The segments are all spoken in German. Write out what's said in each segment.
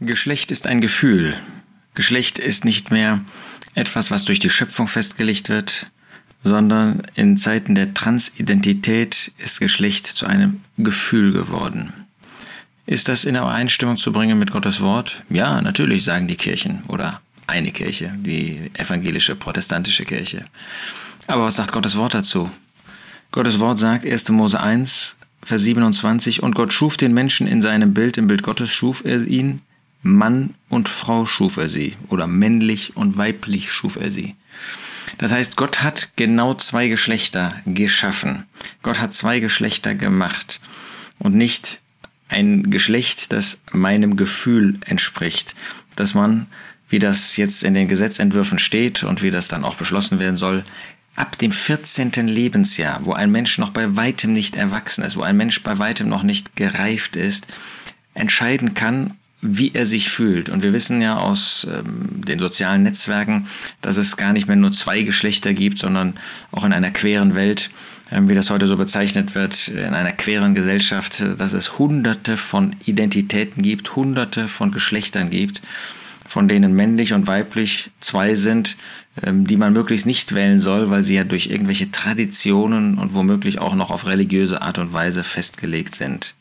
Geschlecht ist ein Gefühl. Geschlecht ist nicht mehr etwas, was durch die Schöpfung festgelegt wird, sondern in Zeiten der Transidentität ist Geschlecht zu einem Gefühl geworden. Ist das in Übereinstimmung zu bringen mit Gottes Wort? Ja, natürlich, sagen die Kirchen oder eine Kirche, die evangelische, protestantische Kirche. Aber was sagt Gottes Wort dazu? Gottes Wort sagt 1. Mose 1, Vers 27, und Gott schuf den Menschen in seinem Bild, im Bild Gottes schuf er ihn, Mann und Frau schuf er sie oder männlich und weiblich schuf er sie. Das heißt, Gott hat genau zwei Geschlechter geschaffen. Gott hat zwei Geschlechter gemacht und nicht ein Geschlecht, das meinem Gefühl entspricht, dass man, wie das jetzt in den Gesetzentwürfen steht und wie das dann auch beschlossen werden soll, ab dem 14. Lebensjahr, wo ein Mensch noch bei weitem nicht erwachsen ist, wo ein Mensch bei weitem noch nicht gereift ist, entscheiden kann, wie er sich fühlt. Und wir wissen ja aus den sozialen Netzwerken, dass es gar nicht mehr nur zwei Geschlechter gibt, sondern auch in einer queeren Welt, wie das heute so bezeichnet wird, in einer queeren Gesellschaft, dass es hunderte von Identitäten gibt, hunderte von Geschlechtern gibt, von denen männlich und weiblich zwei sind, die man möglichst nicht wählen soll, weil sie ja durch irgendwelche Traditionen und womöglich auch noch auf religiöse Art und Weise festgelegt sind.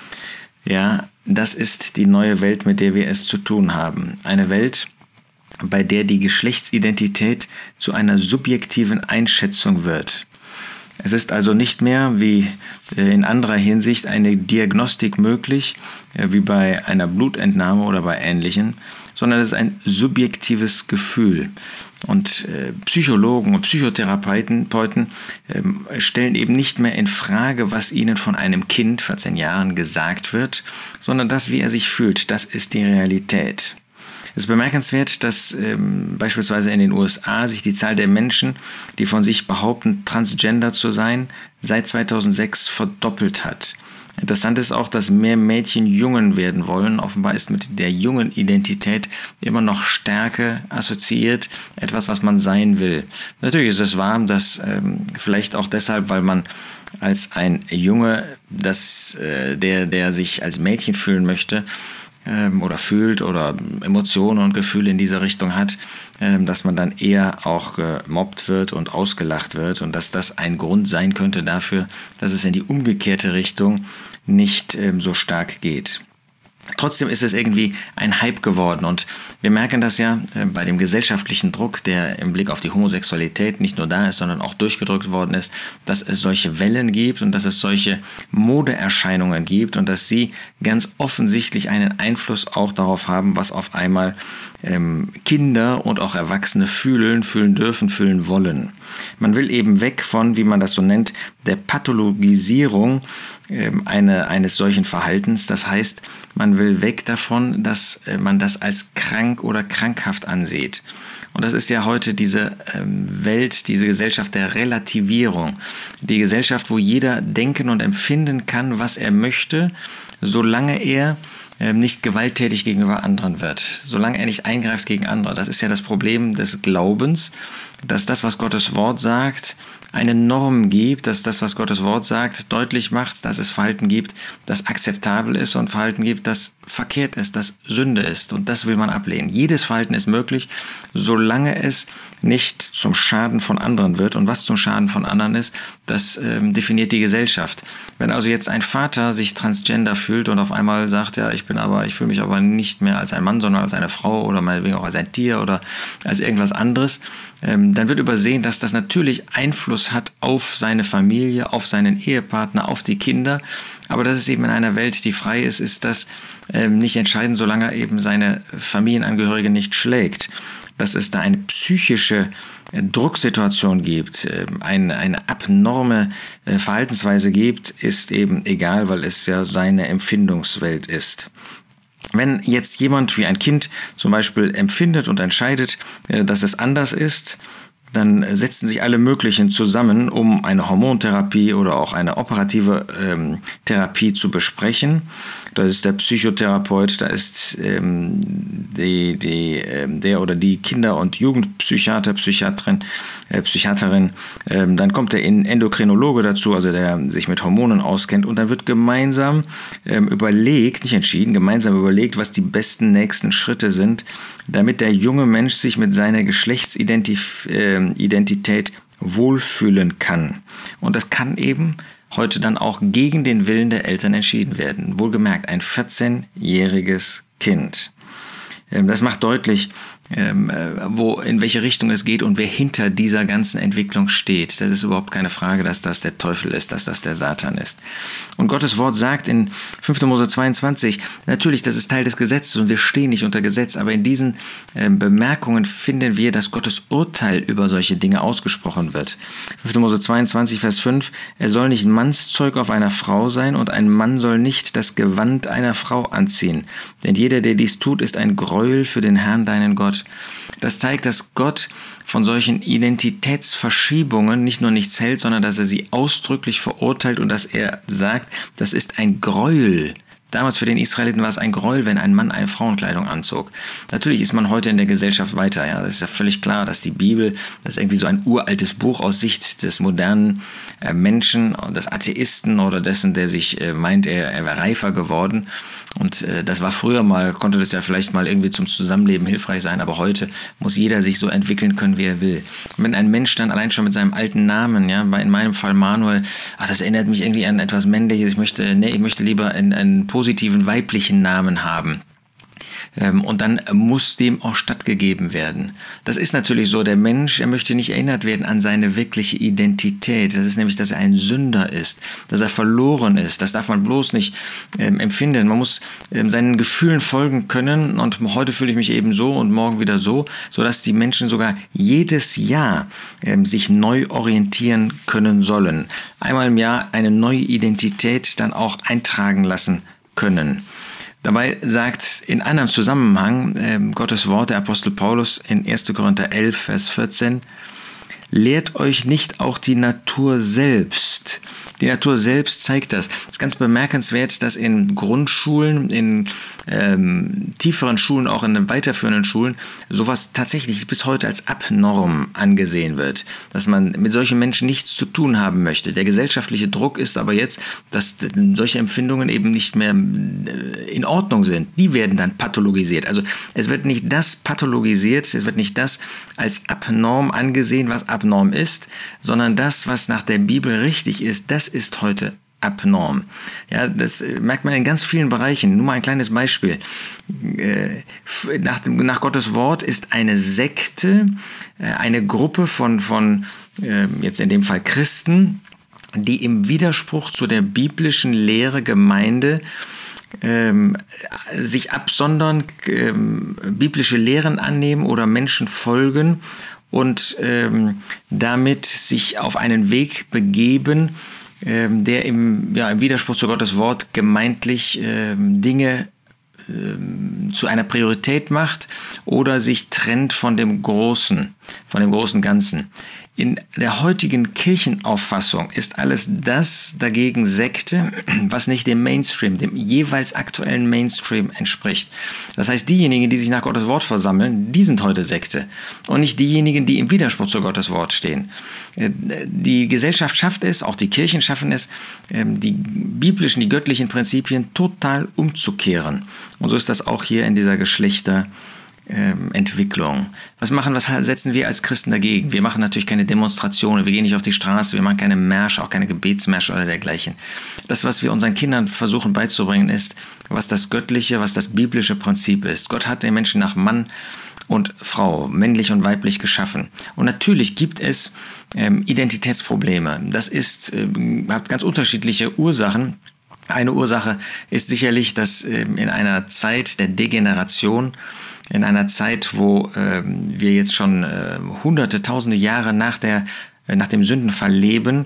Ja, das ist die neue Welt, mit der wir es zu tun haben. Eine Welt, bei der die Geschlechtsidentität zu einer subjektiven Einschätzung wird. Es ist also nicht mehr wie in anderer Hinsicht eine Diagnostik möglich, wie bei einer Blutentnahme oder bei Ähnlichem, sondern es ist ein subjektives Gefühl. Und Psychologen und Psychotherapeuten stellen eben nicht mehr in Frage, was ihnen von einem Kind 14 Jahren gesagt wird, sondern das, wie er sich fühlt, das ist die Realität. Es ist bemerkenswert, dass beispielsweise in den USA sich die Zahl der Menschen, die von sich behaupten, transgender zu sein, seit 2006 verdoppelt hat. Interessant ist auch, dass mehr Mädchen Jungen werden wollen. Offenbar ist mit der jungen Identität immer noch Stärke assoziiert, etwas, was man sein will. Natürlich ist es wahr, dass vielleicht auch deshalb, weil man als ein Junge, der sich als Mädchen fühlen möchte, oder fühlt oder Emotionen und Gefühle in dieser Richtung hat, dass man dann eher auch gemobbt wird und ausgelacht wird und dass das ein Grund sein könnte dafür, dass es in die umgekehrte Richtung nicht so stark geht. Trotzdem ist es irgendwie ein Hype geworden und wir merken das ja bei dem gesellschaftlichen Druck, der im Blick auf die Homosexualität nicht nur da ist, sondern auch durchgedrückt worden ist, dass es solche Wellen gibt und dass es solche Modeerscheinungen gibt und dass sie ganz offensichtlich einen Einfluss auch darauf haben, was auf einmal Kinder und auch Erwachsene fühlen dürfen, fühlen wollen. Man will eben weg von, wie man das so nennt, der Pathologisierung eines solchen Verhaltens. Das heißt, man will weg davon, dass man das als krank oder krankhaft ansieht. Und das ist ja heute diese Welt, diese Gesellschaft der Relativierung. Die Gesellschaft, wo jeder denken und empfinden kann, was er möchte, solange er nicht gewalttätig gegenüber anderen wird, solange er nicht eingreift gegen andere. Das ist ja das Problem des Glaubens, dass das, was Gottes Wort sagt, eine Norm gibt, dass das, was Gottes Wort sagt, deutlich macht, dass es Verhalten gibt, das akzeptabel ist und Verhalten gibt, das verkehrt ist, das Sünde ist. Und das will man ablehnen. Jedes Verhalten ist möglich, solange es nicht zum Schaden von anderen wird. Und was zum Schaden von anderen ist, das definiert die Gesellschaft. Wenn also jetzt ein Vater sich transgender fühlt und auf einmal sagt, ja, ich fühle mich aber nicht mehr als ein Mann, sondern als eine Frau oder meinetwegen auch als ein Tier oder als irgendwas anderes, dann wird übersehen, dass das natürlich Einfluss hat auf seine Familie, auf seinen Ehepartner, auf die Kinder. Aber das ist eben in einer Welt, die frei ist das nicht entscheidend, solange er eben seine Familienangehörige nicht schlägt. Dass es da eine psychische Drucksituation gibt, eine abnorme Verhaltensweise gibt, ist eben egal, weil es ja seine Empfindungswelt ist. Wenn jetzt jemand wie ein Kind zum Beispiel empfindet und entscheidet, dass es anders ist, dann setzen sich alle möglichen zusammen, um eine Hormontherapie oder auch eine operative Therapie zu besprechen. Da ist der Psychotherapeut, da ist der oder die Kinder- und Jugendpsychiater, Psychiaterin, dann kommt der Endokrinologe dazu, also der sich mit Hormonen auskennt, und dann wird gemeinsam überlegt, nicht entschieden, gemeinsam überlegt, was die besten nächsten Schritte sind, damit der junge Mensch sich mit seiner Geschlechtsidentität wohlfühlen kann. Und das kann eben heute dann auch gegen den Willen der Eltern entschieden werden. Wohlgemerkt, ein 14-jähriges Kind. Das macht deutlich, in welche Richtung es geht und wer hinter dieser ganzen Entwicklung steht. Das ist überhaupt keine Frage, dass das der Teufel ist, dass das der Satan ist. Und Gottes Wort sagt in 5. Mose 22, natürlich, das ist Teil des Gesetzes und wir stehen nicht unter Gesetz, aber in diesen Bemerkungen finden wir, dass Gottes Urteil über solche Dinge ausgesprochen wird. 5. Mose 22, Vers 5, er soll nicht Mannszeug auf einer Frau sein und ein Mann soll nicht das Gewand einer Frau anziehen. Denn jeder, der dies tut, ist ein Gräuel für den Herrn, deinen Gott. Das zeigt, dass Gott von solchen Identitätsverschiebungen nicht nur nichts hält, sondern dass er sie ausdrücklich verurteilt und dass er sagt, das ist ein Gräuel. Damals für den Israeliten war es ein Gräuel, wenn ein Mann eine Frauenkleidung anzog. Natürlich ist man heute in der Gesellschaft weiter. Ja, das ist ja völlig klar, dass die Bibel, das ist irgendwie so ein uraltes Buch aus Sicht des modernen Menschen, des Atheisten oder dessen, der sich meint, er wäre reifer geworden. Und das war früher mal, konnte das ja vielleicht mal irgendwie zum Zusammenleben hilfreich sein, aber heute muss jeder sich so entwickeln können, wie er will. Und wenn ein Mensch dann allein schon mit seinem alten Namen, ja, in meinem Fall Manuel, das erinnert mich irgendwie an etwas Männliches, ich möchte lieber einen positiven weiblichen Namen haben. Und dann muss dem auch stattgegeben werden. Das ist natürlich so, der Mensch, er möchte nicht erinnert werden an seine wirkliche Identität. Das ist nämlich, dass er ein Sünder ist, dass er verloren ist. Das darf man bloß nicht empfinden. Man muss seinen Gefühlen folgen können und heute fühle ich mich eben so und morgen wieder so, sodass die Menschen sogar jedes Jahr sich neu orientieren können sollen. Einmal im Jahr eine neue Identität dann auch eintragen lassen können. Dabei sagt in einem Zusammenhang Gottes Wort, der Apostel Paulus in 1. Korinther 11, Vers 14, lehrt euch nicht auch die Natur selbst. Die Natur selbst zeigt das. Es ist ganz bemerkenswert, dass in Grundschulen, in tieferen Schulen, auch in den weiterführenden Schulen, sowas tatsächlich bis heute als abnorm angesehen wird. Dass man mit solchen Menschen nichts zu tun haben möchte. Der gesellschaftliche Druck ist aber jetzt, dass solche Empfindungen eben nicht mehr in Ordnung sind. Die werden dann pathologisiert. Also es wird nicht das pathologisiert, es wird nicht das als abnorm angesehen, was abnorm ist, sondern das, was nach der Bibel richtig ist, das ist heute abnorm. Ja, das merkt man in ganz vielen Bereichen. Nur mal ein kleines Beispiel. Nach Gottes Wort ist eine Sekte, eine Gruppe von jetzt in dem Fall Christen, die im Widerspruch zu der biblischen Lehre Gemeinde sich absondern, biblische Lehren annehmen oder Menschen folgen und damit sich auf einen Weg begeben, der im Widerspruch zu Gottes Wort gemeintlich Dinge zu einer Priorität macht oder sich trennt von dem großen Ganzen. In der heutigen Kirchenauffassung ist alles das dagegen Sekte, was nicht dem Mainstream, dem jeweils aktuellen Mainstream entspricht. Das heißt, diejenigen, die sich nach Gottes Wort versammeln, die sind heute Sekte und nicht diejenigen, die im Widerspruch zu Gottes Wort stehen. Die Gesellschaft schafft es, auch die Kirchen schaffen es, die biblischen, die göttlichen Prinzipien total umzukehren. Und so ist das auch hier in dieser Entwicklung. Was setzen wir als Christen dagegen? Wir machen natürlich keine Demonstrationen, wir gehen nicht auf die Straße, wir machen keine Märsche, auch keine Gebetsmärsche oder dergleichen. Das, was wir unseren Kindern versuchen beizubringen, ist, was das göttliche, was das biblische Prinzip ist. Gott hat den Menschen nach Mann und Frau, männlich und weiblich geschaffen. Und natürlich gibt es Identitätsprobleme. Das hat ganz unterschiedliche Ursachen. Eine Ursache ist sicherlich, dass in einer Zeit der Degeneration, in einer Zeit, wo wir jetzt schon hunderte, tausende Jahre nach dem Sündenfall leben,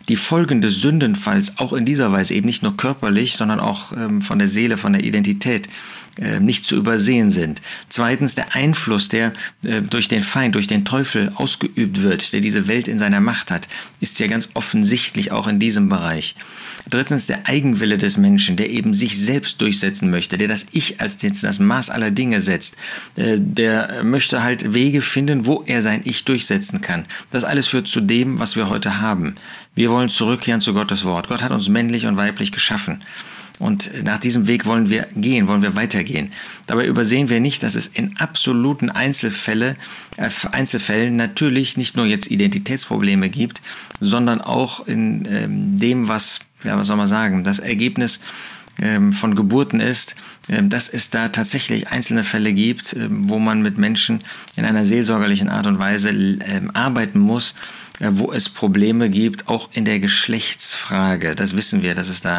die Folgen des Sündenfalls auch in dieser Weise eben nicht nur körperlich, sondern auch von der Seele, von der Identität nicht zu übersehen sind. Zweitens der Einfluss, der durch den Feind, durch den Teufel ausgeübt wird, der diese Welt in seiner Macht hat, ist ja ganz offensichtlich auch in diesem Bereich. Drittens der Eigenwille des Menschen, der eben sich selbst durchsetzen möchte, der das Ich als das Maß aller Dinge setzt, der möchte halt Wege finden, wo er sein Ich durchsetzen kann. Das alles führt zu dem, was wir heute haben. Wir wollen zurückkehren zu Gottes Wort. Gott hat uns männlich und weiblich geschaffen. Und nach diesem Weg wollen wir gehen, wollen wir weitergehen. Dabei übersehen wir nicht, dass es in absoluten Einzelfällen natürlich nicht nur jetzt Identitätsprobleme gibt, sondern auch in dem, was soll man sagen, das Ergebnis von Geburten ist, dass es da tatsächlich einzelne Fälle gibt, wo man mit Menschen in einer seelsorgerlichen Art und Weise arbeiten muss, wo es Probleme gibt, auch in der Geschlechtsfrage. Das wissen wir, dass es da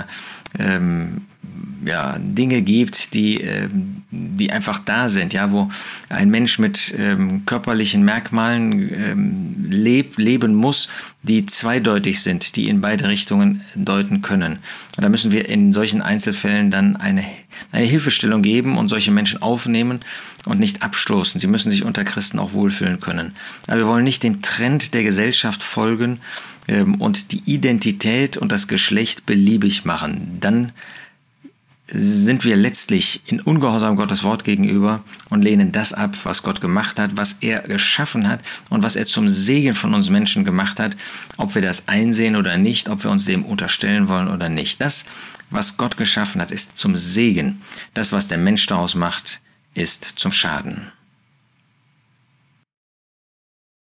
Dinge gibt, die einfach da sind, ja, wo ein Mensch mit körperlichen Merkmalen leben muss, die zweideutig sind, die in beide Richtungen deuten können. Und da müssen wir in solchen Einzelfällen dann eine Hilfestellung geben und solche Menschen aufnehmen und nicht abstoßen. Sie müssen sich unter Christen auch wohlfühlen können. Aber wir wollen nicht dem Trend der Gesellschaft folgen und die Identität und das Geschlecht beliebig machen. Dann sind wir letztlich in Ungehorsam Gottes Wort gegenüber und lehnen das ab, was Gott gemacht hat, was er geschaffen hat und was er zum Segen von uns Menschen gemacht hat, ob wir das einsehen oder nicht, ob wir uns dem unterstellen wollen oder nicht. Das, was Gott geschaffen hat, ist zum Segen. Das, was der Mensch daraus macht, ist zum Schaden.